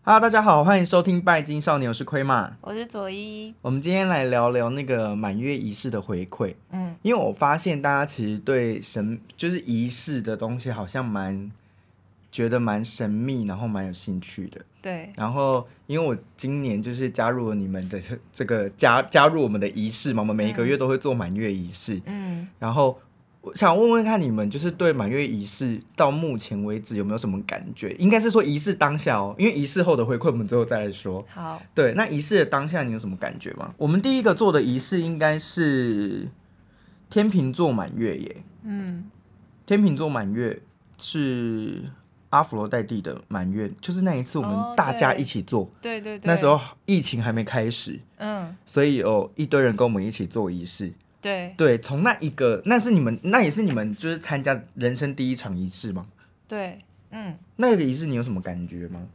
Hello， 大家好，欢迎收听拜金少年，我是亏嘛， 我是左一。 我们今天来聊聊那个满月仪式的回馈。因为我发现大家其实对就是仪式的东西好像觉得蛮神秘，然后蛮有兴趣的。 对。 然后因为我今年就是加入了你们的这个加入我们的仪式嘛，我们每一个月都会做满月仪式。然后我想问问看你们，就是对满月仪式到目前为止有没有什么感觉？应该是说仪式当下哦，因为仪式后的回馈我们之后再来说。 好。 对，那仪式的当下你有什么感觉吗？我们第一个做的仪式应该是天秤座满月耶。天秤座满月是阿佛罗代蒂的满月，就是那一次我们大家一起做。 对对对。 那时候疫情还没开始，所以有一堆人跟我们一起做仪式。对，从那一个，那也是你们就是参加人生第一场仪式吗？ 对， 那个仪式你有什么感觉吗？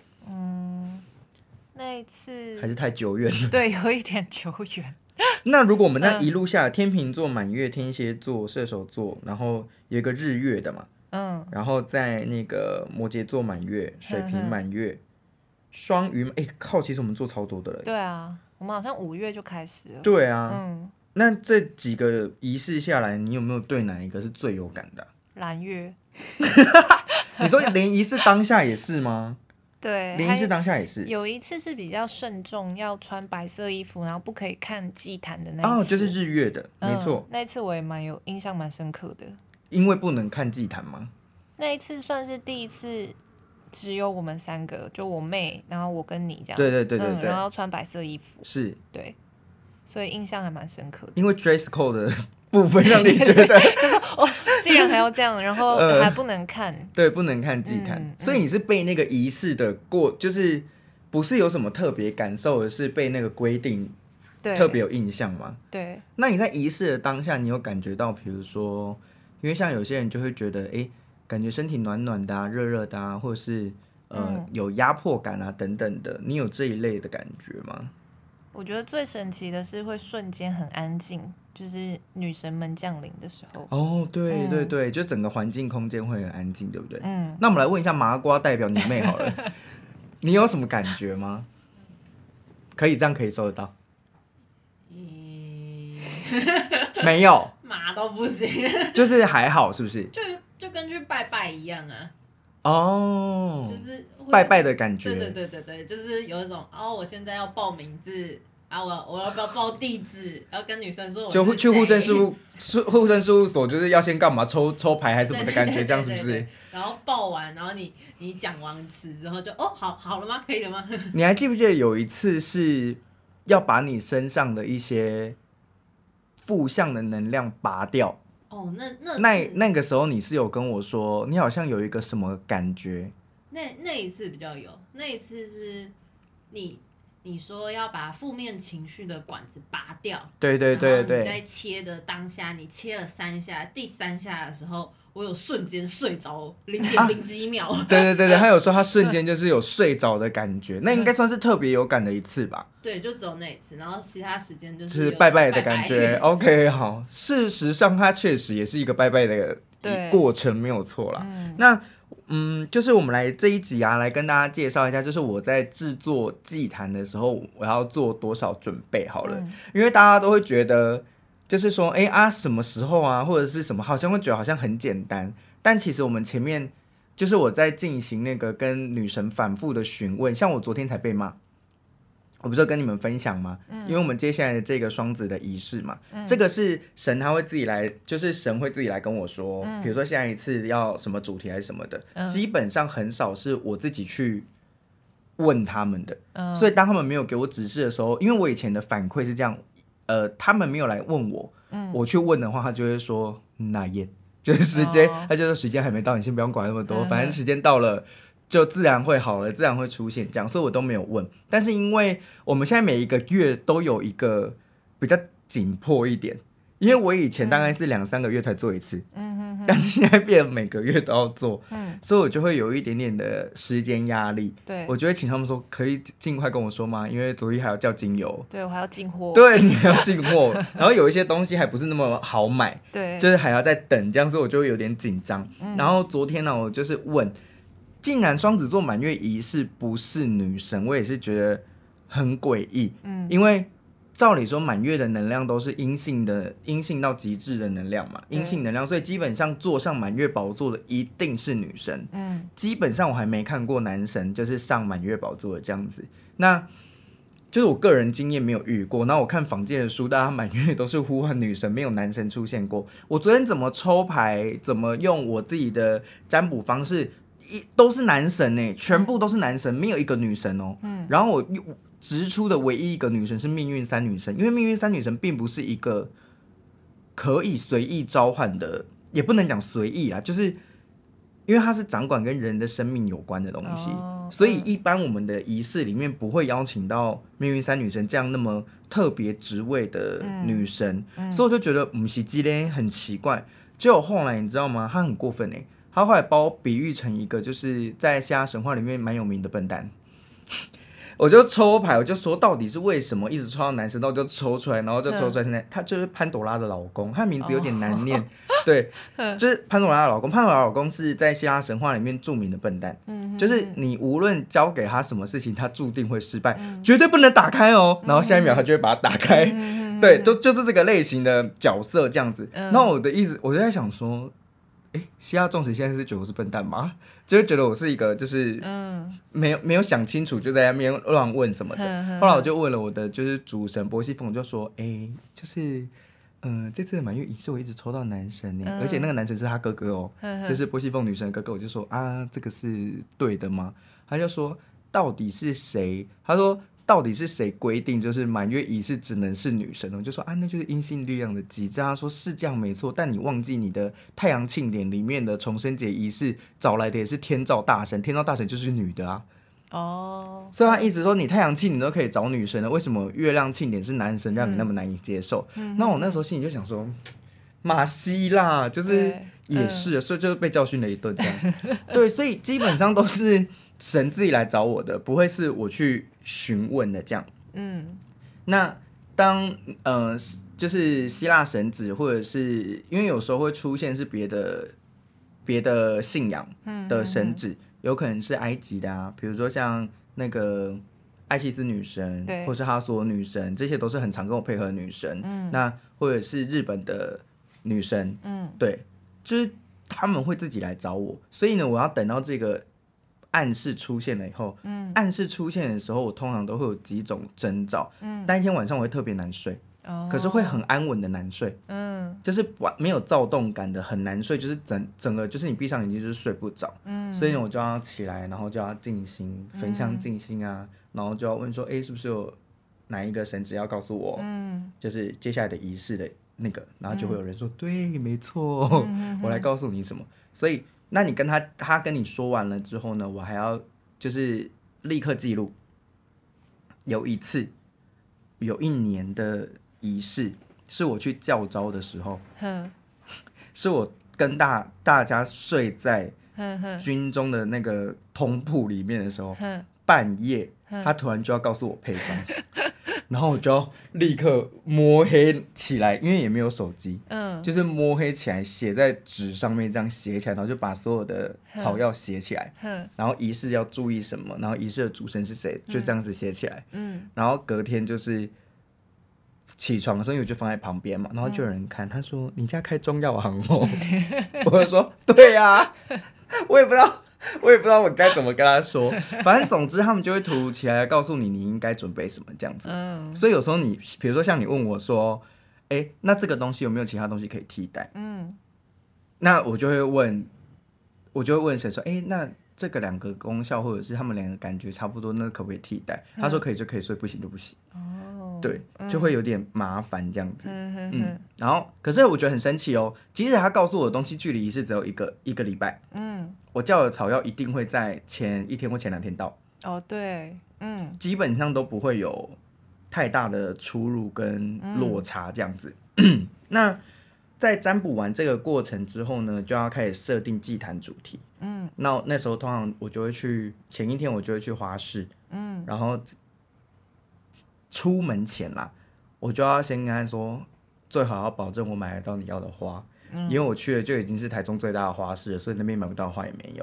那一次还是太久远了。 对，有一点久远。 那如果我们那一路下，天秤座满月、天蝎座、射手座，然后有一个日月的嘛，然后在那个摩羯座满月、水瓶满月、双鱼，靠，其实我们做超多的了。 对啊，我们好像5月就开始了。 对啊，那这几个仪式下来，你有没有对哪一个是最有感的？ 蓝月。 你说连仪式当下也是吗？ 对， 连仪式当下也是。 有一次是比较慎重，要穿白色衣服，然后不可以看祭坛的那一次。 就是日月的，没错。 那一次我也印象蛮深刻的。 因为不能看祭坛吗？ 那一次算是第一次只有我们3个，就我妹，然后我跟你这样。 对， 然后穿白色衣服。 是。 对。所以印象还蛮深刻的。 因为 dress code 的部分让你觉得既然还要这样，然后还不能看。 对，不能看祭坛。所以你是被那个仪式的就是不是有什么特别感受，而是被那个规定特别有印象吗？ 对。 那你在仪式的当下，你有感觉到，比如说，因为像有些人就会觉得，感觉身体暖暖的啊，热热的啊，或者是有压迫感啊等等的，你有这一类的感觉吗？ 我觉得最神奇的是会瞬间很安静，就是女神们降临的时候。 对，就整个环境空间会很安静，对不对？那我们来问一下麻瓜代表你妹好了，你有什么感觉吗？可以这样可以收得到？没有， 麻都不行， 就是还好，是不是？ 就跟去拜拜一样啊。 就是拜拜的感觉。 对，就是有一种我现在要报名字啊，我要不要报地址？要跟女生说我是谁？ 就去户政事务所，就是要先干嘛？抽牌还是什么的感觉，这样是不是？ 对，然后报完，然后你讲完词之后就好了吗？可以了吗？ 你还记不记得有一次是要把你身上的一些负向的能量拔掉？那个时候你是有跟我说，你好像有一个什么感觉？ 那一次比较有，那一次是你说要把负面情绪的管子拔掉， 对， 然后你在切的当下，你切了3下，第3下的时候，我有瞬间睡着0.0几秒。 对，他有说他瞬间就是有睡着的感觉，那应该算是特别有感的一次吧？ 对，就只有那一次，然后其他时间就是拜拜的感觉。OK， 好，事实上它确实也是一个拜拜的过程，没有错啦。那就是我们来这一集来跟大家介绍一下，就是我在制作祭坛的时候，我要做多少准备好了。因为大家都会觉得，就是说，什么时候啊，或者是什么，好像会觉得好像很简单，但其实我们前面就是我在进行那个跟女神反复的询问，像我昨天才被骂。我不是跟你们分享吗？因为我们接下来的这个双子的仪式嘛，这个是神他会自己来，就是神会自己来跟我说，比如说下一次要什么主题还是什么的，基本上很少是我自己去问他们的。所以当他们没有给我指示的时候，因为我以前的反馈是这样，他们没有来问我，我去问的话，他就会说那耶，就是时间，他就说时间还没到，你先不用管那么多，反正时间到了。就自然会好了，自然会出现这样，所以我都没有问。但是因为我们现在每一个月都有一个比较紧迫一点，因为我以前大概是2-3个月才做一次，但是现在变每个月都要做，所以我就会有一点点的时间压力。 对， 我就会请他们说，可以尽快跟我说吗？因为昨天还要叫精油， 对我还要进货， 对，你还要进货，然后有一些东西还不是那么好买， 对， 就是还要再等，这样，所以我就会有点紧张。然后昨天呢，我就是问。 竟然双子座满月仪式不是女神，我也是觉得很诡异。因为照理说满月的能量都是阴性到极致的能量嘛，阴性能量，所以基本上坐上满月宝座的一定是女神。基本上我还没看过男神就是上满月宝座的这样子。那就是我个人经验没有遇过，然后我看坊间的书，大家满月都是呼唤女神，没有男神出现过。我昨天怎么抽牌，怎么用我自己的占卜方式，都是男神欸，全部都是男神，没有一个女神哦。然后我直出的唯一一个女神是命运三女神，因为命运三女神并不是一个可以随意召唤的，也不能讲随意啦，就是因为它是掌管跟人的生命有关的东西。所以一般我们的仪式里面不会邀请到命运三女神这样那么特别职位的女神，所以我就觉得不是这样很奇怪。结果后来你知道吗？他很过分欸，他后来把我比喻成一个就是在希腊神话里面蛮有名的笨蛋。我就抽牌，我就说到底是为什么一直抽到男神，然后就抽出来，然后就抽出来。现在他就是潘朵拉的老公，他的名字有点难念，对，就是潘朵拉的老公。潘朵拉的老公是在希腊神话里面著名的笨蛋，就是你无论交给他什么事情，他注定会失败，绝对不能打开哦。然后下一秒他就会把它打开，对，就是这个类型的角色这样子。那我的意思，我就在想说，希腊众神现在是觉得我是笨蛋吗？就会觉得我是一个就是没有想清楚就在那边乱问什么的。后来我就问了我的就是主神波西风，我就说就是这次的满月仪式我一直抽到男神耶，而且那个男神是他哥哥哦，就是波西风女神的哥哥。我就说这个是对的吗？他就说到底是谁？他说到底是谁规定就是满月仪式只能是女神呢？我就说那就是阴性力量的极致。他说是这样没错，但你忘记你的太阳庆典里面的重生节仪式找来的也是天照大神，天照大神就是女的啊。所以他一直说你太阳庆典都可以找女神了，为什么月亮庆典是男神让你那么难以接受？那我那时候心里就想说马西啦，就是也是，所以就被教训了一顿这样。对，所以基本上都是神自己来找我的，不会是我去询问的这样。那当就是希腊神祇，或者是因为有时候会出现是别的信仰的神祇，有可能是埃及的啊，比如说像那个艾西斯女神，或是哈索女神，这些都是很常跟我配合的女神。那或者是日本的女神，对，就是他们会自己来找我，所以呢，我要等到这个暗示出现了以后，暗示出现的时候，我通常都会有几种征兆。那一天晚上我会特别难睡，可是会很安稳的难睡，就是没有躁动感的很难睡，就是整个就是你闭上眼睛就是睡不着。所以呢，我就要起来，然后就要静心焚香静心啊，然后就要问说，是不是有哪一个神祇要告诉我，就是接下来的仪式的那个，然后就会有人说，对，没错，我来告诉你什么。所以那你跟他跟你说完了之后呢，我还要就是立刻记录。有一年的仪式是我去教招的时候，是我跟大家睡在军中的那个通铺里面的时候，半夜他突然就要告诉我配方，然后我就要立刻摸黑起来，因为也没有手机，就是摸黑起来写在纸上面，这样写起来，然后就把所有的草药写起来，然后仪式要注意什么，然后仪式的主神是谁，就这样子写起来，然后隔天就是起床的时候，因为我就放在旁边嘛，然后就有人看，他说你家开中药行哦，我就说对啊，我也不知道我该怎么跟他说，反正总之他们就会突如其来告诉你应该准备什么这样子。所以有时候你比如说像你问我说，那这个东西有没有其他东西可以替代？那我就会问谁说，那这个两个功效或者是他们两个感觉差不多，那可不可以替代？他说可以就可以，所以不行就不行。对，就会有点麻烦这样子。然后可是我觉得很神奇哦，即使他告诉我的东西距离是只有一个礼拜，我叫的草药一定会在前一天或前2天到。 对， 基本上都不会有太大的出入跟落差这样子。那在占卜完这个过程之后呢，就要开始设定祭坛主题。那时候通常我就会去前一天我就会去花市，然后出门前啦，我就要先跟他说，最好要保证我买得到你要的花，因为我去了就已经是台中最大的花市了，所以那边买不到花也没有。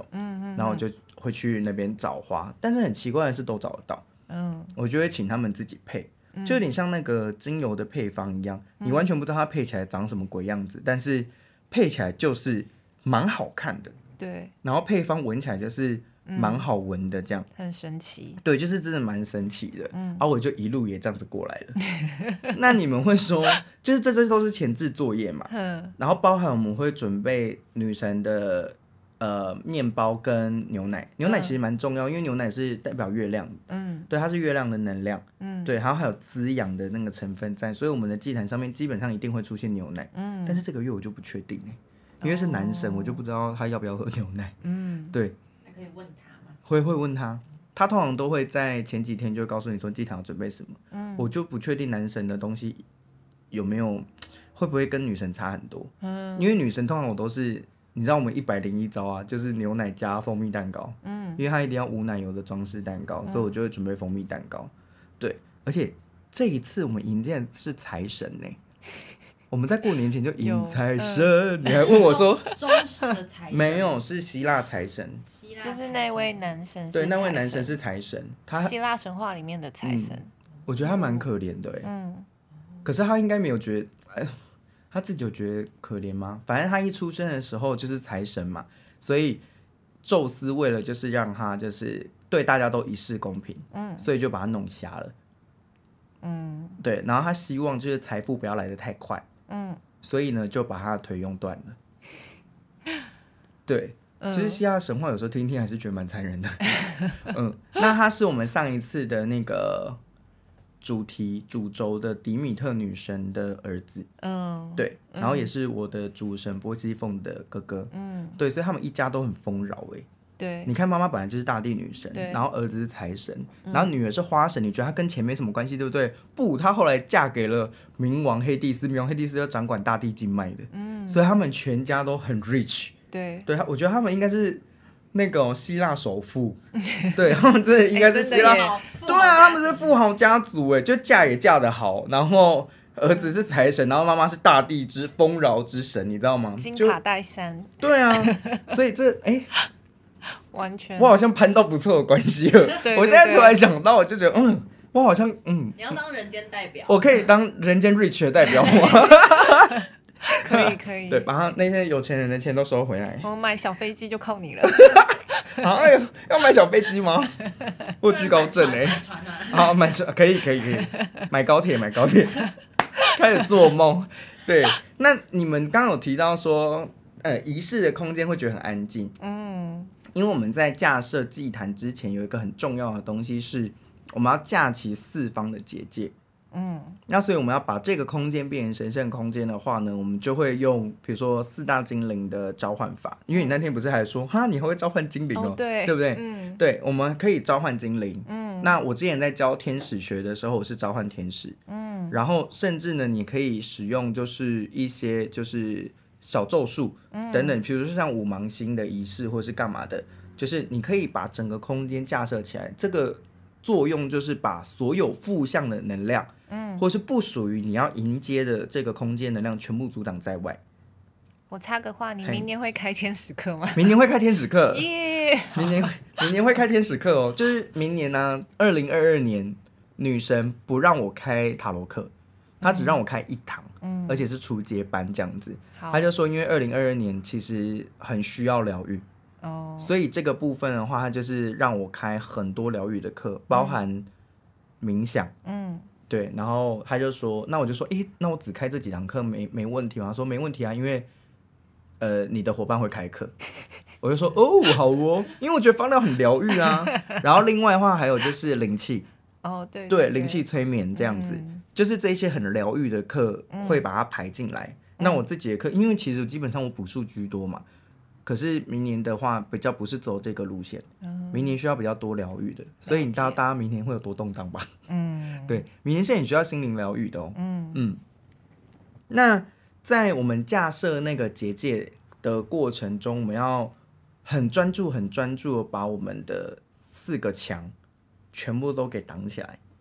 然后我就会去那边找花，但是很奇怪的是都找得到，我就会请他们自己配，就有点像那个精油的配方一样，你完全不知道它配起来长什么鬼样子，但是配起来就是蛮好看的， 对， 然后配方闻起来就是蛮好闻的，这样很神奇。 对，就是真的蛮神奇的。我就一路也这样子过来了。那你们会说，就是这都是前置作业嘛？然后包含我们会准备女神的面包跟牛奶，牛奶其实蛮重要，因为牛奶是代表月亮，对，它是月亮的能量，对，然后还有滋养的那个成分在，所以我们的祭坛上面基本上一定会出现牛奶。但是这个月我就不确定因为是男神，我就不知道他要不要喝牛奶。对。 可以问他吗？ 会问他，他通常都会在前几天就告诉你说祭坛要准备什么。我就不确定男神的东西有没有会不会跟女神差很多。因为女神通常我都是你知道我们101招啊，就是牛奶加蜂蜜蛋糕。因为它一定要无奶油的装饰蛋糕，所以我就会准备蜂蜜蛋糕。对，而且这一次我们迎接的是财神我们在过年前就迎财神，你还问我说中式的财神没有，是希腊财神， 就是那位男神， 对，那位男神是财神，他希腊神话里面的财神。 我觉得他蛮可怜的可是他应该没有觉得，他自己有觉得可怜吗？反正他一出生的时候就是财神嘛，所以宙斯为了就是让他就是对大家都一视公平，所以就把他弄瞎了。对，然后他希望就是财富不要来得太快，所以呢就把他的腿用断了。对，就是希腊神话有时候听听还是觉得蛮残忍的。那他是我们上一次的那个主轴的迪米特女神的儿子，对，然后也是我的主神波西凤的哥哥，对，所以他们一家都很丰饶对， 你看妈妈本来就是大地女神，然后儿子是财神，然后女儿是花神，你觉得她跟钱没什么关系，对不对？不，她后来嫁给了冥王黑帝斯，冥王黑帝斯要掌管大地经脉的，所以他们全家都很 rich。对，我觉得他们应该是那个希腊首富，对他们真的应该是希腊，对啊，他们是富豪家族就嫁也嫁得好，然后儿子是财神，然后妈妈是大地之丰饶之神，你知道吗？ 金卡戴珊。 对啊，所以这完全， 我好像攀到不错的关系了。我现在突然想到，我就觉得，我好像， 你要当人间代表， 我可以当人间 rich 的代表吗？ 可以， 对，把他那些有钱人的钱都收回来。 我买小飞机就靠你了。 要买小飞机吗？我居高症好，买船可以，买高铁，开始做梦。对，那你们刚刚有提到说，仪式的空间会觉得很安静。因为我们在架设祭坛之前有一个很重要的东西是，我们要架起四方的结界。那所以我们要把这个空间变成神圣空间的话呢，我们就会用比如说4大精灵的召唤法。因为你那天不是还说你还会召唤精灵对不对？对，我们可以召唤精灵。那我之前在教天使学的时候，我是召唤天使。然后甚至呢，你可以使用就是一些就是小咒术等等，比如说像五芒星的仪式或是干嘛的，就是你可以把整个空间架设起来。这个作用就是把所有负向的能量，或是不属于你要迎接的这个空间能量全部阻挡在外。 我插个话，你明年会开天使课吗？ 明年会开天使课， 明年会开天使课就是明年呢，2022年女神不让我开塔罗课，她只让我开1堂，而且是初阶班这样子。她就说，因为2022年其实很需要疗愈。所以这个部分的话，他就是让我开很多疗愈的课，包含冥想，对，然后他就说，那我就说，那我只开这几堂课没问题吗？他说没问题啊，因为你的伙伴会开课。我就说好因为我觉得芳疗很疗愈啊。然后另外的话还有就是灵气，对，灵气催眠这样子，就是这些很疗愈的课会把它排进来。那我自己的课，因为其实基本上我补数居多嘛。可是明年的话比较不是走这个路线，明年需要比较多疗愈的，所以你知道大家明年会有多动荡吧？对，明年是很需要心灵疗愈的那在我们架设那个结界的过程中，我们要很专注的把我们的4个墙全部都给挡起来。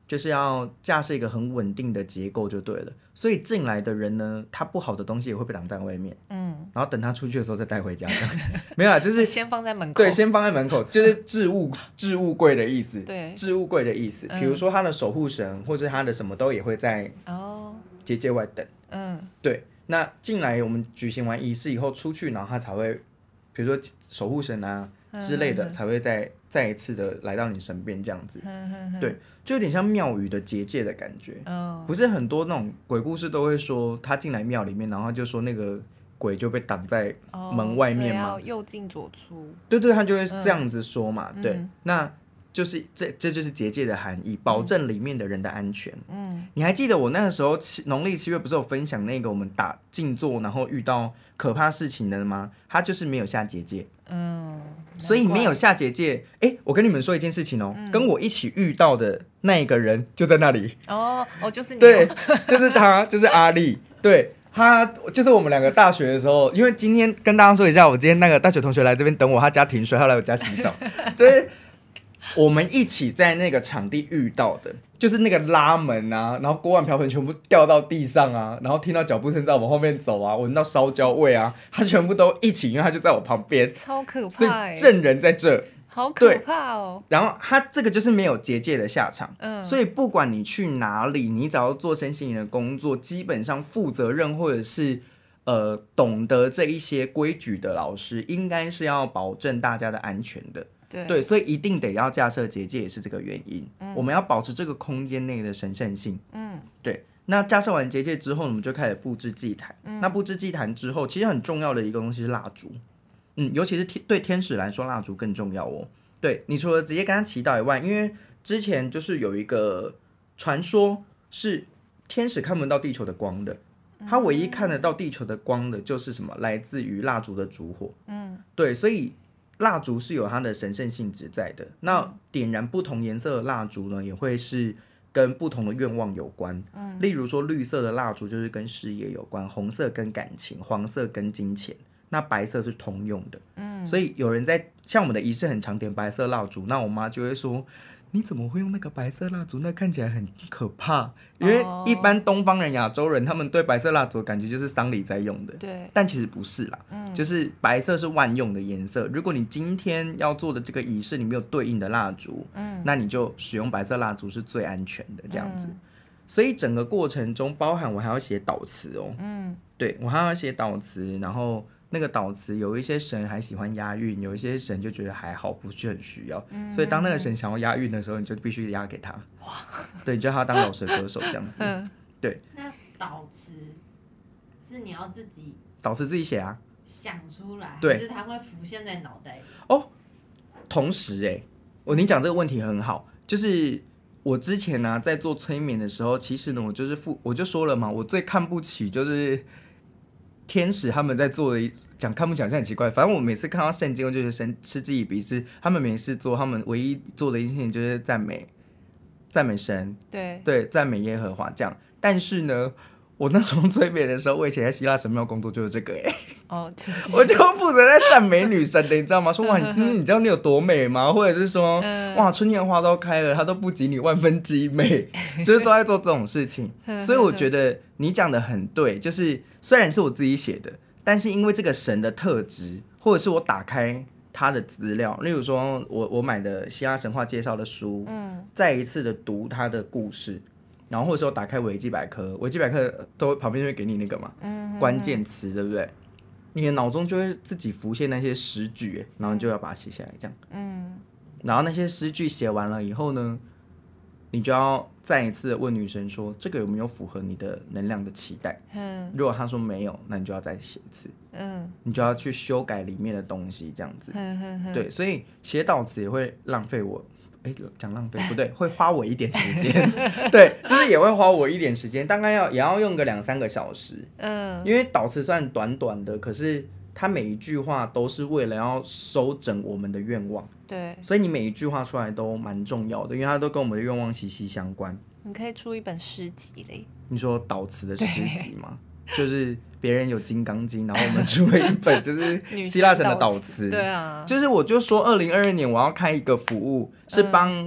就是要架设一个很稳定的结构就对了。所以进来的人呢，他不好的东西也会被挡在外面，然后等他出去的时候再带回家。没有啊，就是先放在门口。 对，先放在门口，就是置物柜的意思。 对， 置物柜的意思。比如说他的守护神，或者他的什么都也会在结界外等。对。那进来我们举行完仪式以后出去，然后他才会，比如说守护神啊之类的，才会再一次的来到你身边这样子。对，就有点像庙宇的结界的感觉。不是很多那种鬼故事都会说他进来庙里面，然后就说那个鬼就被挡在门外面嘛， 所以要右进左出。 对，他就会这样子说嘛。对，那就是这就是结界的含义，保证里面的人的安全。你还记得我那个时候农历7月不是有分享那个我们打静坐然后遇到可怕事情的吗？他就是没有下结界。所以没有下结界。我跟你们说一件事情跟我一起遇到的那一个人就在那里。 就是你。 对，就是他，就是阿力。对。他就是我们两个大学的时候，因为今天跟大家说一下，我今天那个大学同学来这边等我，他家停水，他来我家洗澡。对，我们一起在那个场地遇到的，就是那个拉门啊，然后锅碗瓢盆全部掉到地上啊，然后听到脚步声在我们后面走啊，闻到烧焦味啊，他全部都一起，因为他就在我旁边， 超可怕， 所以证人在这。 好可怕哦！ 然后他这个就是没有结界的下场，所以不管你去哪里，你只要做身心灵的工作，基本上负责任或者是懂得这一些规矩的老师，应该是要保证大家的安全的。对，所以一定得要架设结界，也是这个原因。我们要保持这个空间内的神圣性。对。那架设完结界之后，我们就开始布置祭坛。那布置祭坛之后，其实很重要的一个东西是蜡烛。尤其是对天使来说，蜡烛更重要哦。对，你除了直接跟他祈祷以外，因为之前就是有一个传说是天使看不到地球的光的，他唯一看得到地球的光的就是什么？来自于蜡烛的烛火。对，所以蜡烛是有它的神圣性质在的。那点燃不同颜色的蜡烛呢，也会是跟不同的愿望有关。例如说绿色的蜡烛就是跟事业有关，红色跟感情，黄色跟金钱。那白色是通用的。所以有人在像我们的仪式很常点白色蜡烛，那我妈就会说你怎么会用那个白色蜡烛，那看起来很可怕。因为一般东方人亚洲人他们对白色蜡烛的感觉就是丧礼在用的。 对， 但其实不是啦。就是白色是万用的颜色，如果你今天要做的这个仪式你没有对应的蜡烛，那你就使用白色蜡烛是最安全的这样子。所以整个过程中包含我还要写祷词哦。对，我还要写祷词，然后那个祷词有一些神还喜欢押韵，有一些神就觉得还好，不是很需要。所以当那个神想要押韵的时候，你就必须押给他。对，你就要他当饶舌歌手这样子。对。 那祷词是你要自己祷词自己写啊， 想出来， 对， 还是它会浮现在脑袋里？ 同时你讲这个问题很好，就是我之前呢在做催眠的时候，其实呢我就说了嘛，我最看不起就是天使他们在做的讲看不起好像很奇怪，反正我每次看到圣经我就觉得嗤之以鼻，是他们没事做，他们唯一做的一件事情就是赞美神，对，赞美耶和华这样。但是呢，我那时候催眠的时候，我以前在希腊神庙工作就是这个我就负责在赞美女神的，你知道吗？说哇，你今天你知道你有多美吗？或者是说哇，春天花都开了，它都不及你1/1000美，就是都在做这种事情。所以我觉得你讲的很对，就是虽然是我自己写的，但是因为这个神的特质，或者是我打开他的资料，例如说我买的希腊神话介绍的书，再一次的读他的故事。然后或者说打开维基百科都旁边就会给你那个嘛，关键词，对不对？你的脑中就会自己浮现那些诗句，然后你就要把它写下来，这样。然后那些诗句写完了以后呢，你就要再一次问女神说，这个有没有符合你的能量的期待？如果她说没有，那你就要再写一次。你就要去修改里面的东西，这样子。对，所以写祷词也会浪费我。讲浪费不对，会花我一点时间。对，就是也会花我一点时间，大概也要用个2-3个小时。因为祷词算短短的，可是它每一句话都是为了要收整我们的愿望。 对， 所以你每一句话出来都蛮重要的，因为它都跟我们的愿望息息相关。 你可以出一本诗集嘞。 你说祷词的诗集吗？就是别人有金刚经，然后我们出了一本就是希腊神的祷词。 对啊， 就是我就说2022年我要开一个服务，是帮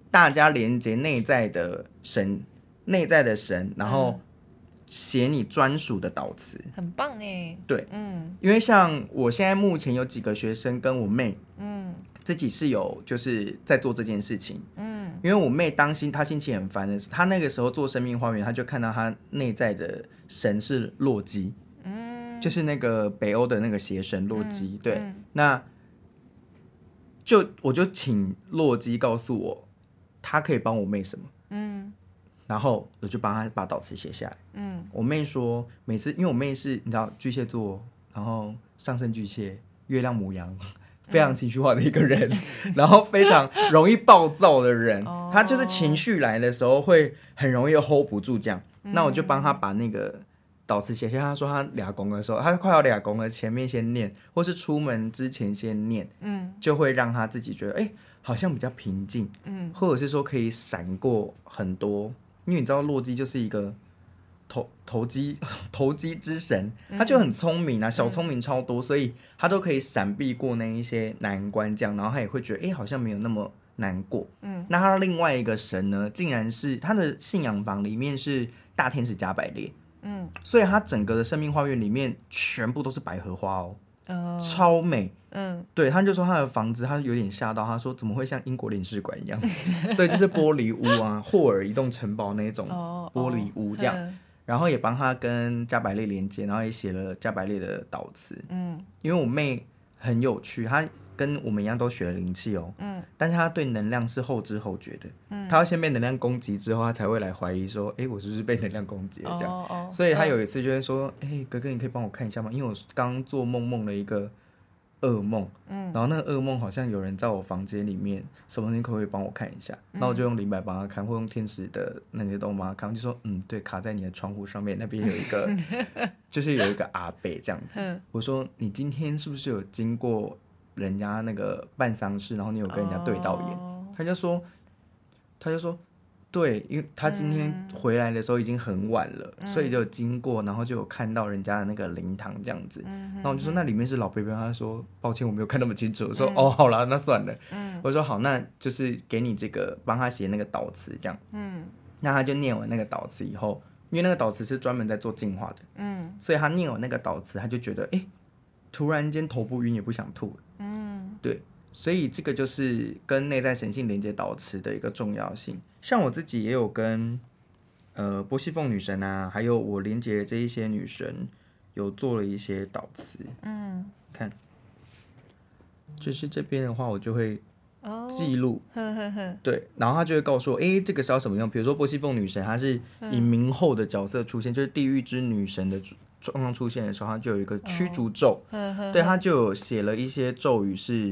大家连接内在的神，然后写你专属的祷词， 很棒哎。 对，因为像我现在目前有几个学生跟我妹，自己是有就是在做这件事情，因为我妹她心情很烦的时候，她那个时候做生命花园，她就看到她内在的神是洛基，就是那个北欧的那个邪神洛基，对，那我就请洛基告诉我，他可以帮我妹什么，然后我就帮他把祷词写下来。我妹说，每次因为我妹是你知道巨蟹座，然后上升巨蟹，月亮牡羊，非常情绪化的一个人，然后非常容易暴躁的人，他就是情绪来的时候会很容易 hold 不住这样。那我就帮他把那个祷词写下。他说他俩公的时候，他快要俩公了，前面先念，或是出门之前先念，就会让他自己觉得好像比较平静，或者是说可以闪过很多。因为你知道洛基就是一个投机之神，他就很聪明啊，小聪明超多，所以他都可以闪避过那一些难关，这样，然后他也会觉得好像没有那么难过。那他另外一个神呢，竟然是他的信仰房里面是大天使加百列，所以他整个的生命花园里面全部都是百合花哦，超美。对，他就说他的房子，他有点吓到，他说怎么会像英国领事馆一样？对，就是玻璃屋啊，霍尔移动城堡那种玻璃屋这样。然后也帮他跟加百列连接，然后也写了加百列的祷词。因为我妹很有趣，她跟我们一样都学了灵气哦，但是她对能量是后知后觉的。她要先被能量攻击之后，她才会来怀疑说，我是不是被能量攻击了这样。所以她有一次就会说，哥哥，你可以帮我看一下吗？因为我刚做梦了一个噩梦，然后那个噩梦好像有人在我房间里面，什么东西可不可以帮我看一下？然后我就用灵摆帮他看，或用天使的那些东西帮他看，我就说对，卡在你的窗户上面那边有一个就是有一个阿伯这样子。我说你今天是不是有经过人家那个办丧事，然后你有跟人家对到眼？他就说对，因为他今天回来的时候已经很晚了，所以就有经过，然后就有看到人家的那个灵堂这样子。然后我就说那里面是老伯伯，他说抱歉我没有看那么清楚。我说好啦，那算了。我说好，那就是给你这个帮他写那个祷词这样。那他就念完那个祷词以后，因为那个祷词是专门在做净化的，所以他念完那个祷词，他就觉得突然间头部晕也不想吐了。对。所以这个就是跟内在神性连接祷词的一个重要性。像我自己也有跟波西凤女神啊，还有我连接这一些女神有做了一些祷词。看，就是这边的话，我就会记录，对，然后他就会告诉我，这个是要什么用？比如说波西凤女神，她是以冥后的角色出现，就是地狱之女神的状况出现的时候，她就有一个驱逐咒，对，她就有写了一些咒语是。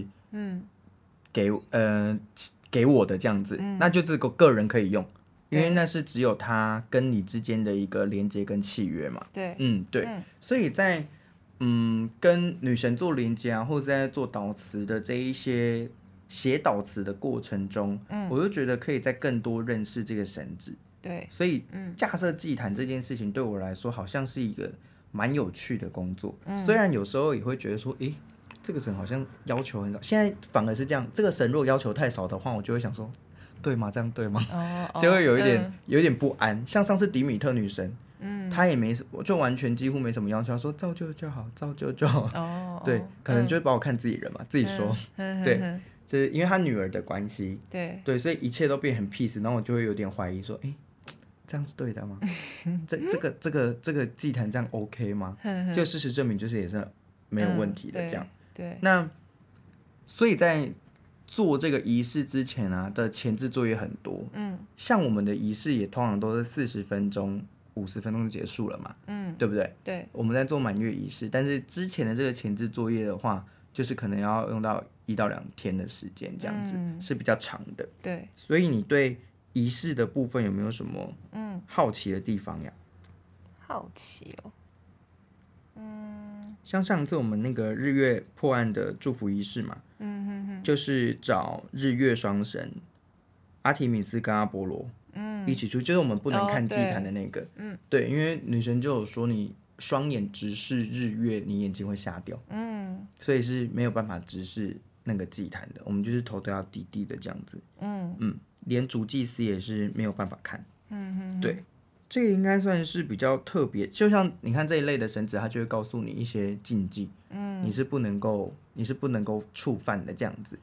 给我的这样子，那就这个个人可以用，因为那是只有他跟你之间的一个连接跟契约嘛。 对， 对，所以在跟女神做连接啊，或者在做祷词的这一些写祷词的过程中，我就觉得可以再更多认识这个神旨。 对， 所以架设祭坛这件事情对我来说好像是一个蛮有趣的工作，虽然有时候也会觉得说，这个神好像要求很少，现在反而是这样。这个神如果要求太少的话，我就会想说，对吗？这样对吗？就会有一点不安。像上次迪米特女神，她也没，就完全几乎没什么要求，她说造就就好，造就就好。对，可能就是把我看自己人嘛，自己说。对，就是因为她女儿的关系，对，所以一切都变很 peace，然后我就会有点怀疑说，这样是对的吗？这个祭坛这样 OK 吗？就事实证明，就是也是没有问题的这样。 对， 那所以在做这个仪式之前啊的前置作业很多，像我们的仪式也通常都是40分钟、50分钟就结束了嘛，对不对？ 对， 我们在做满月仪式，但是之前的这个前置作业的话，就是可能要用到1到2天的时间，这样子，是比较长的。 对， 所以你对仪式的部分有没有什么好奇的地方呀？ 好奇哦。 像上次我们那个日月破案的祝福仪式嘛，就是找日月双神阿提米斯跟阿波罗，一起出，就是我们不能看祭坛的那个，对，因为女神就有说你双眼直视日月，你眼睛会瞎掉，所以是没有办法直视那个祭坛的，我们就是头都要低低的这样子， 连主祭司也是没有办法看。对，这个应该算是比较特别。就像你看这一类的神职，他就会告诉你一些禁忌，你是不能够触犯的这样子。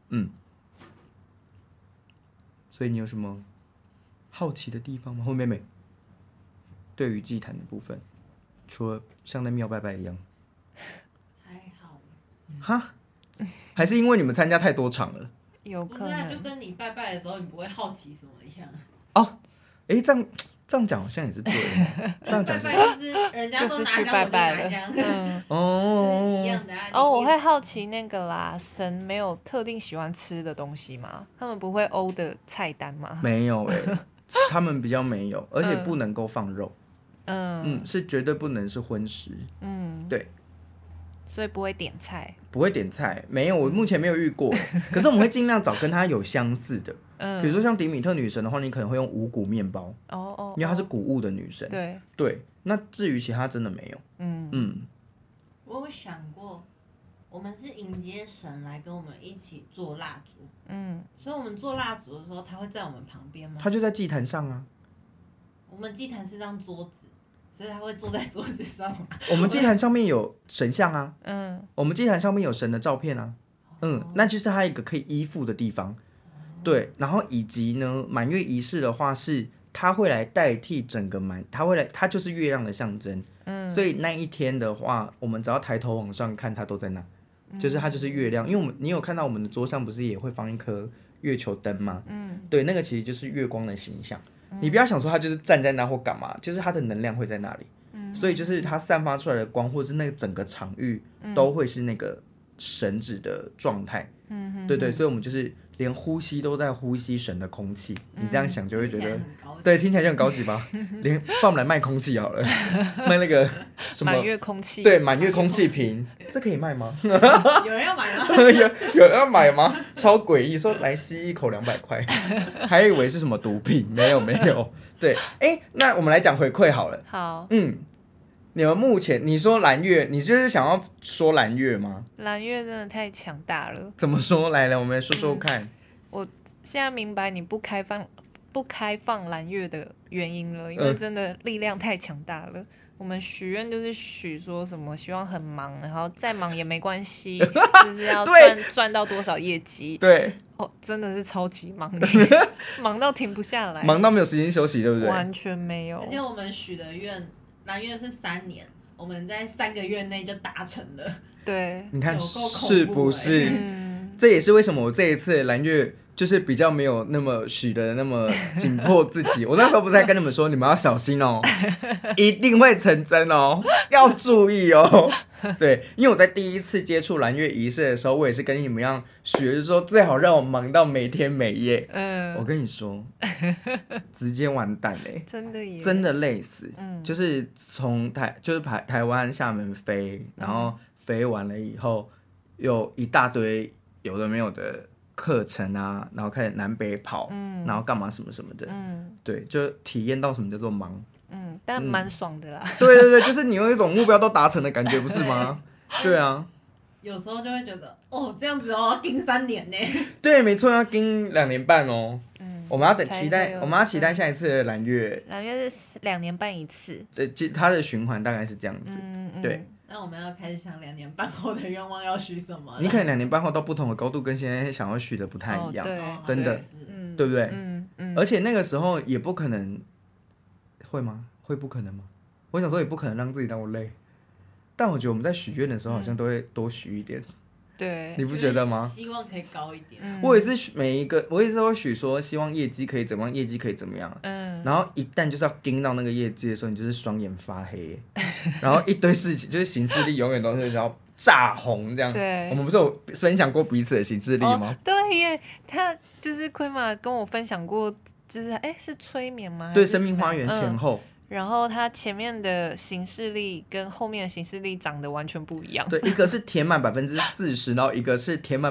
所以你有什么好奇的地方吗？或妹妹对于祭坛的部分，除了像在庙拜拜一样， 还好。 哈，还是因为你们参加太多场了？ 有可能就跟你拜拜的时候，你不会好奇什么一样。 哦，这样讲好像也是对的。这样讲拜拜就是人家说拿香我就拿香，就是一样的啊。 我会好奇那个啦，神没有特定喜欢吃的东西吗？他们不会欧的菜单吗？ 没有他们比较没有，而且不能够放肉。是绝对不能是荤食。对。 所以不会点菜， 不会点菜，没有，我目前没有遇过。可是我们会尽量找跟它有相似的，比如说像迪米特女神的话，你可能会用五谷面包，因为她是谷物的女神。对，那至于其他真的没有。 我有想过，我们是迎接神来跟我们一起做蜡烛，所以我们做蜡烛的时候，他会在我们旁边吗？ 他就在祭坛上啊。 我们祭坛是张桌子。所以他会坐在桌子上吗？ 我们祭坛上面有神像啊，我们祭坛上面有神的照片啊，那就是他一个可以依附的地方。对，然后以及呢，满月仪式的话是他会来代替整个他就是月亮的象征。所以那一天的话，我们只要抬头往上看，他都在那，就是他就是月亮。因为你有看到我们的桌上不是也会放一颗月球灯吗？对，那个其实就是月光的形象。你不要想说他就是站在那或干嘛，就是他的能量会在那里，所以就是他散发出来的光，或者是那个整个场域都会是那个神旨的状态。对，所以我们就是连呼吸都在呼吸神的空气。你这样想就会觉得，对，听起来就很高级吧？连放我们来卖空气好了，卖那个什么满月空气， 对，满月空气瓶，这可以卖吗？ 有人要买吗？ 有人要买吗？超诡异，说来吸一口200块，还以为是什么毒品，没有。对，那我们来讲回馈好了。 好， 你们目前你说蓝月，你就是想要说蓝月吗？ 蓝月真的太强大了。 怎么说？来，我们来说说看。 我现在明白你不开放蓝月的原因了，因为真的力量太强大了。我们许愿就是许说什么希望很忙，然后再忙也没关系，就是要赚到多少业绩。 对， 真的是超级忙的，忙到停不下来， 忙到没有时间休息，对不对？ 完全没有。 而且我们许的愿，蓝月是3年，我们在3个月内就达成了。 对， 你看是不是？这也是为什么我这一次蓝月就是比较没有那么许的那么紧迫自己。我那时候不是在跟你们说，你们要小心哦，一定会成真哦，要注意哦。对，因为我在第一次接触蓝月仪式的时候，我也是跟你们一样许，就是说最好让我忙到每天每夜。我跟你说，直接完蛋嘞， 真的耶， 真的累死。就是从台湾厦门飞，然后飞完了以后，有一大堆有的没有的课程啊，然后开始南北跑，然后干嘛什么什么的，对，就体验到什么叫做忙， 但蛮爽的啦。 对，就是你有一种目标都达成的感觉，不是吗？对啊， 有时候就会觉得，这样子盯3年呢。 对，没错，要盯2年半哦。我们要期待下一次的蓝月。 蓝月是2年半一次， 对，它的循环大概是这样子，对。 那我们要开始想2年半后的愿望要许什么了？ 你可能2年半后到不同的高度，跟现在想要许的不太一样，真的，对不对？而且那个时候也不可能，会吗？会不可能吗？我想说也不可能让自己那么累，但我觉得我们在许愿的时候好像都会多许一点， 对， 你不觉得吗？ 希望可以高一点。 我也是我也是会许说希望业绩可以怎么样，业绩可以怎么样。然后一旦就是要盯到那个业绩的时候，你就是双眼发黑，然后一堆事情就是行事历永远都是要炸红这样。 对， 我们不是有分享过彼此的行事历吗？ 对耶，他就是亏玛跟我分享过，就是是催眠吗？ 对，生命花园前后。 然后它前面的行事历跟后面的行事历长得完全不一样。 对，一个是填满40%，然后一个是填满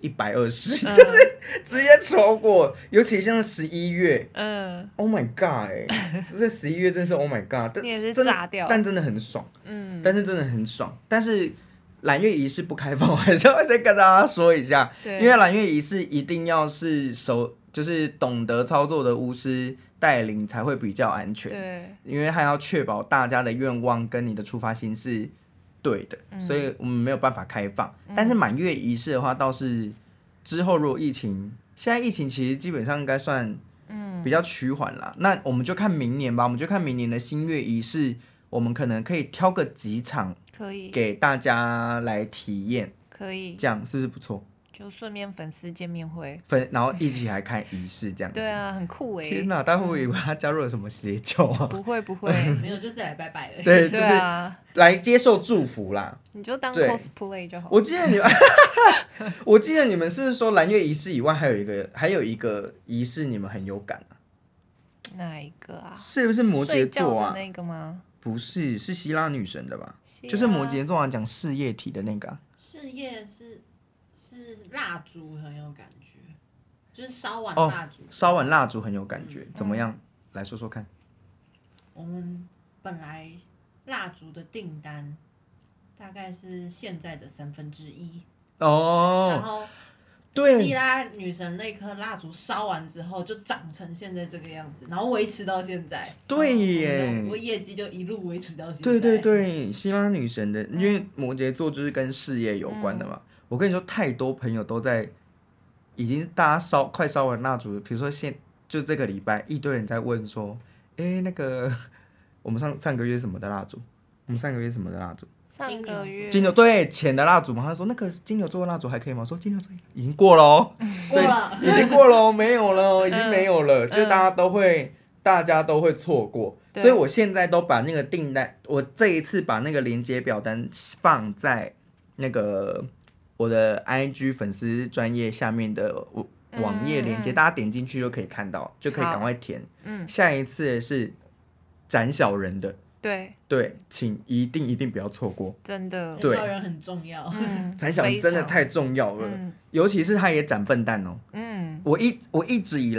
120%，就是直接超过。尤其像11月，Oh my god，这11月真是 Oh my god， 你也是炸掉， 但真的很爽，但是真的很爽，但是。蓝月仪式不开放，我还是要先跟大家说一下，因为蓝月仪式一定要是就是懂得操作的巫师带领才会比较安全。 对， 因为他要确保大家的愿望跟你的出发心是对的，所以我们没有办法开放。但是满月仪式的话，倒是之后如果现在疫情其实基本上应该算比较趋缓啦。那我们就看明年吧，我们就看明年的新月仪式，我们可能可以挑个几场， 可以给大家来体验， 可以， 这样是不是不错？ 就顺便粉丝见面会， 然后一起来看仪式这样子。 对啊，很酷哎！ 天哪，大家会不会以为他加入了什么邪教啊？ 不会不会， 没有，就是来拜拜而已。 对，就是啊， 来接受祝福啦。 你就当对 cosplay 就好。 我记得你们，我记得你们是说蓝月仪式以外，还有一个仪式，你们很有感啊？ 哪一个啊？ 是不是摩羯座啊？ 睡觉的那个吗？ 不是，是希腊女神的吧？ 希腊就是摩羯座讲事业体的那个、啊。 事业是蜡烛很有感觉，就是烧完蜡烛， 烧完蜡烛很有感觉，怎么样？来说说看。 我们本来蜡烛的订单大概是现在的1/3，然哦， 后对， 希腊女神那颗蜡烛烧完之后就长成现在这个样子，然后维持到现在。 对耶， 我业绩就一路维持到现在。 对对对，希腊女神的，因为摩羯座就是跟事业有关的嘛。我跟你说，太多朋友都在，已经大家快烧完蜡烛，比如说就这个礼拜，一堆人在问说，那个我们上个月什么的蜡烛？我们上个月什么的蜡烛？ 上个月金牛对钱的蜡烛嘛，他说那个金牛座的蜡烛还可以吗？我说金牛座已经过了哦， 过了， 已经过了哦，没有了哦，已经没有了，就是大家都会错过，所以我现在都把那个订单，我这一次把那个连接表单放在那个我的 IG 粉丝专页下面的网页连接，大家点进去就可以看到，就可以赶快填。下一次是斩小人的。对，请一定不要错过， 真的， 斩小人很重要， 斩小人真的太重要了，尤其是他也斩笨蛋哦。我一直以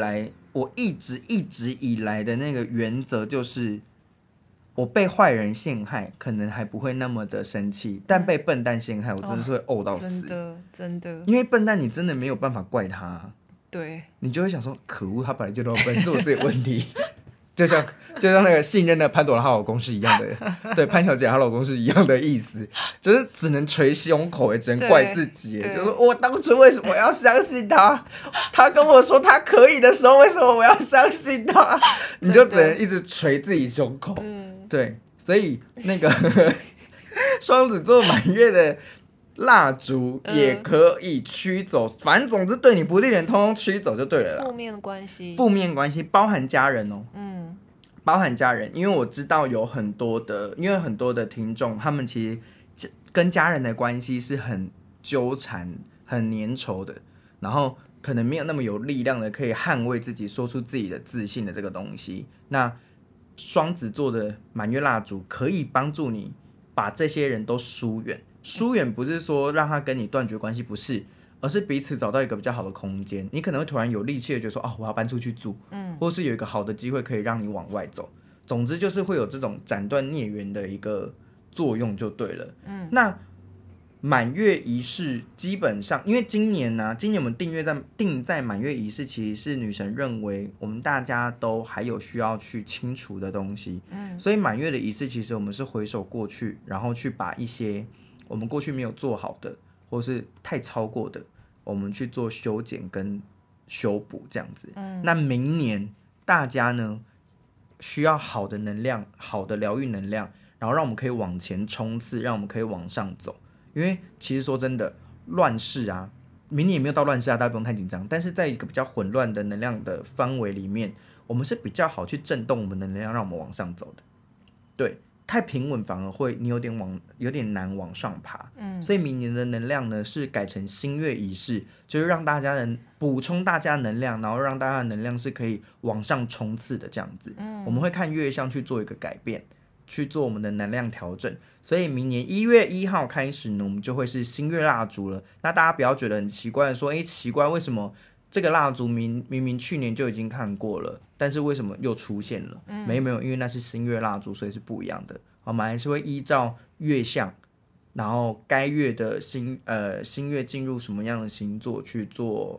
来的那个原则就是，我被坏人陷害，可能还不会那么的生气，但被笨蛋陷害，我真的是会呕到死。 真的， 因为笨蛋你真的没有办法怪他， 对， 你就会想说，可恶，他本来就那么笨，是我自己的问题。就像那个信任的潘朵拉她老公是一样的，对，潘小姐她老公是一样的意思，就是只能捶胸口，也只能怪自己，就是我当初为什么要相信他？他跟我说他可以的时候，为什么我要相信他？你就只能一直捶自己胸口。对，所以那个双子座满月的蜡烛也可以驱走，反正总之对你不利的人通通驱走就对了啦。负面关系包含家人哦，包含家人，因为我知道有很多的听众，他们其实跟家人的关系是很纠缠、很粘稠的，然后可能没有那么有力量的可以捍卫自己、说出自己的自信的这个东西。那双子座的满月蜡烛可以帮助你把这些人都疏远。疏远不是说让他跟你断绝关系，不是，而是彼此找到一个比较好的空间。你可能会突然有力气的觉得说，我要搬出去住，或是有一个好的机会可以让你往外走。总之就是会有这种斩断孽缘的一个作用就对了。那满月仪式基本上，因为今年我们定在满月仪式，其实是女神认为我们大家都还有需要去清除的东西。所以满月的仪式，其实我们是回首过去，然后去把一些我们过去没有做好的，或是太超过的，我们去做修剪跟修补这样子。那明年大家呢需要好的能量，好的疗愈能量，然后让我们可以往前冲刺，让我们可以往上走。因为其实说真的，乱世啊，明年也没有到乱世啊，大家不用太紧张。但是在一个比较混乱的能量的氛围里面，我们是比较好去震动我们的能量，让我们往上走的。对，太平稳反而会你有点难往上爬。所以明年的能量呢是改成新月仪式，就是让大家能补充大家的能量，然后让大家的能量是可以往上冲刺的这样子。我们会看月相去做一个改变，去做我们的能量调整。所以明年1月1号开始呢，我们就会是新月蜡烛了。那大家不要觉得很奇怪，说奇怪为什么这个蜡烛明明去年就已经看过了，但是为什么又出现了？没有，因为那是新月蜡烛，所以是不一样的。我们还是会依照月相，然后该月的新月进入什么样的星座去做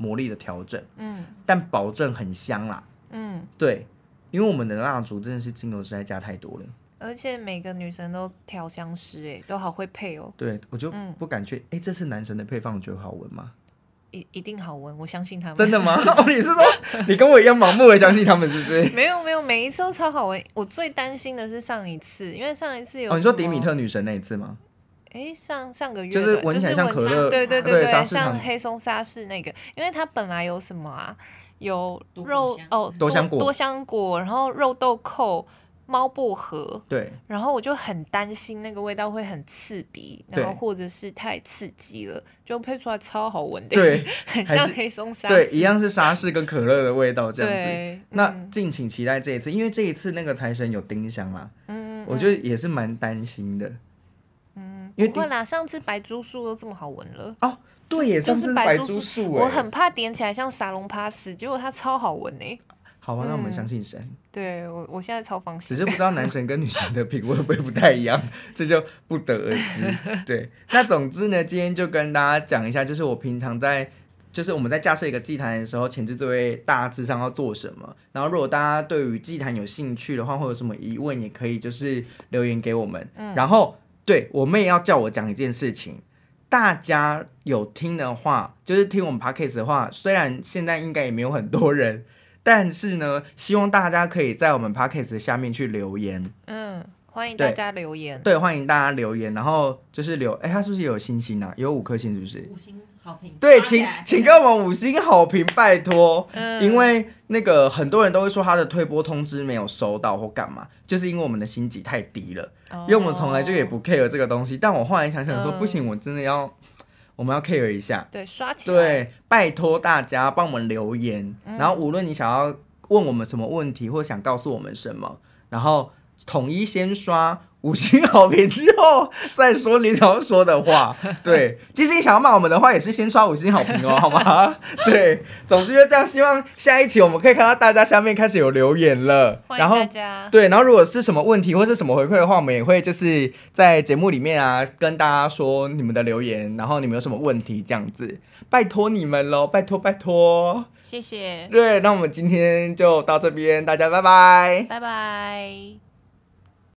魔力的调整，但保证很香啦，对，因为我们的蜡烛真的是精油实在加太多了。 而且每个女生都调香师都好会配哦。 对，我就不敢确这次男神的配方，你觉得好闻吗？ 一定好闻，我相信他们。 真的吗？你是说你跟我一样盲目的相信他们是不是？ 没有，每一次都超好闻。我最担心的是上一次，因为上一次有你说迪米特女神那一次吗？ 上个月就是闻起来像可乐， 对，像黑松沙士那个，因为它本来有什么啊？有肉多香果，然后肉豆蔻。猫薄荷， 对， 然后我就很担心那个味道会很刺鼻，然后或者是太刺激了，就配出来超好闻的， 对， 很像黑松沙士， 对，一样是沙士跟可乐的味道这样子。 那敬请期待这一次，因为这一次那个财神有丁香啦，我觉得也是蛮担心的， 因为不会啦，上次白珠树都这么好闻了哦。对耶，上次白珠树， 我很怕点起来像沙龙帕斯，结果它超好闻呢。 好吧，那我们相信神。 对，我现在超放心。 只是不知道男神跟女神的品味会不会不太一样，这就不得而知。对，那总之呢，今天就跟大家讲一下，就是我平常就是我们在架设一个祭坛的时候，前置作业大致上要做什么。然后如果大家对于祭坛有兴趣的话，或者有什么疑问，也可以就是留言给我们。然后对我妹要叫我讲一件事情。大家有听的话，就是听我们 podcast 的话，虽然现在应该也没有很多人。但是呢，希望大家可以在我们 podcast 下面去留言。 欢迎大家留言。 对，欢迎大家留言，然后就是他是不是也有星星啊？有5颗星是不是？5 星好评。 对，请给我们5星好评，拜托。因为那个很多人都会说他的推播通知没有收到或干嘛，就是因为我们的星级太低了。因为我们从来就也不 care 这个东西，但我后来想想说，不行，我真的我们要 care 一下， 对，刷起来， 对，拜托大家帮我们留言，然后无论你想要问我们什么问题，或想告诉我们什么，然后统一先刷5星好评之后再说你想要说的话。对，即使你想要骂我们的话，也是先刷5星好评哦，好吗？对，总之就这样，希望下一期我们可以看到大家下面开始有留言了， 然后大家对，然后如果是什么问题或是什么回馈的话，我们也会就是在节目里面啊跟大家说你们的留言，然后你们有什么问题这样子，拜托你们咯，拜托拜托， 谢谢。 对，那我们今天就到这边，大家拜拜， 拜拜。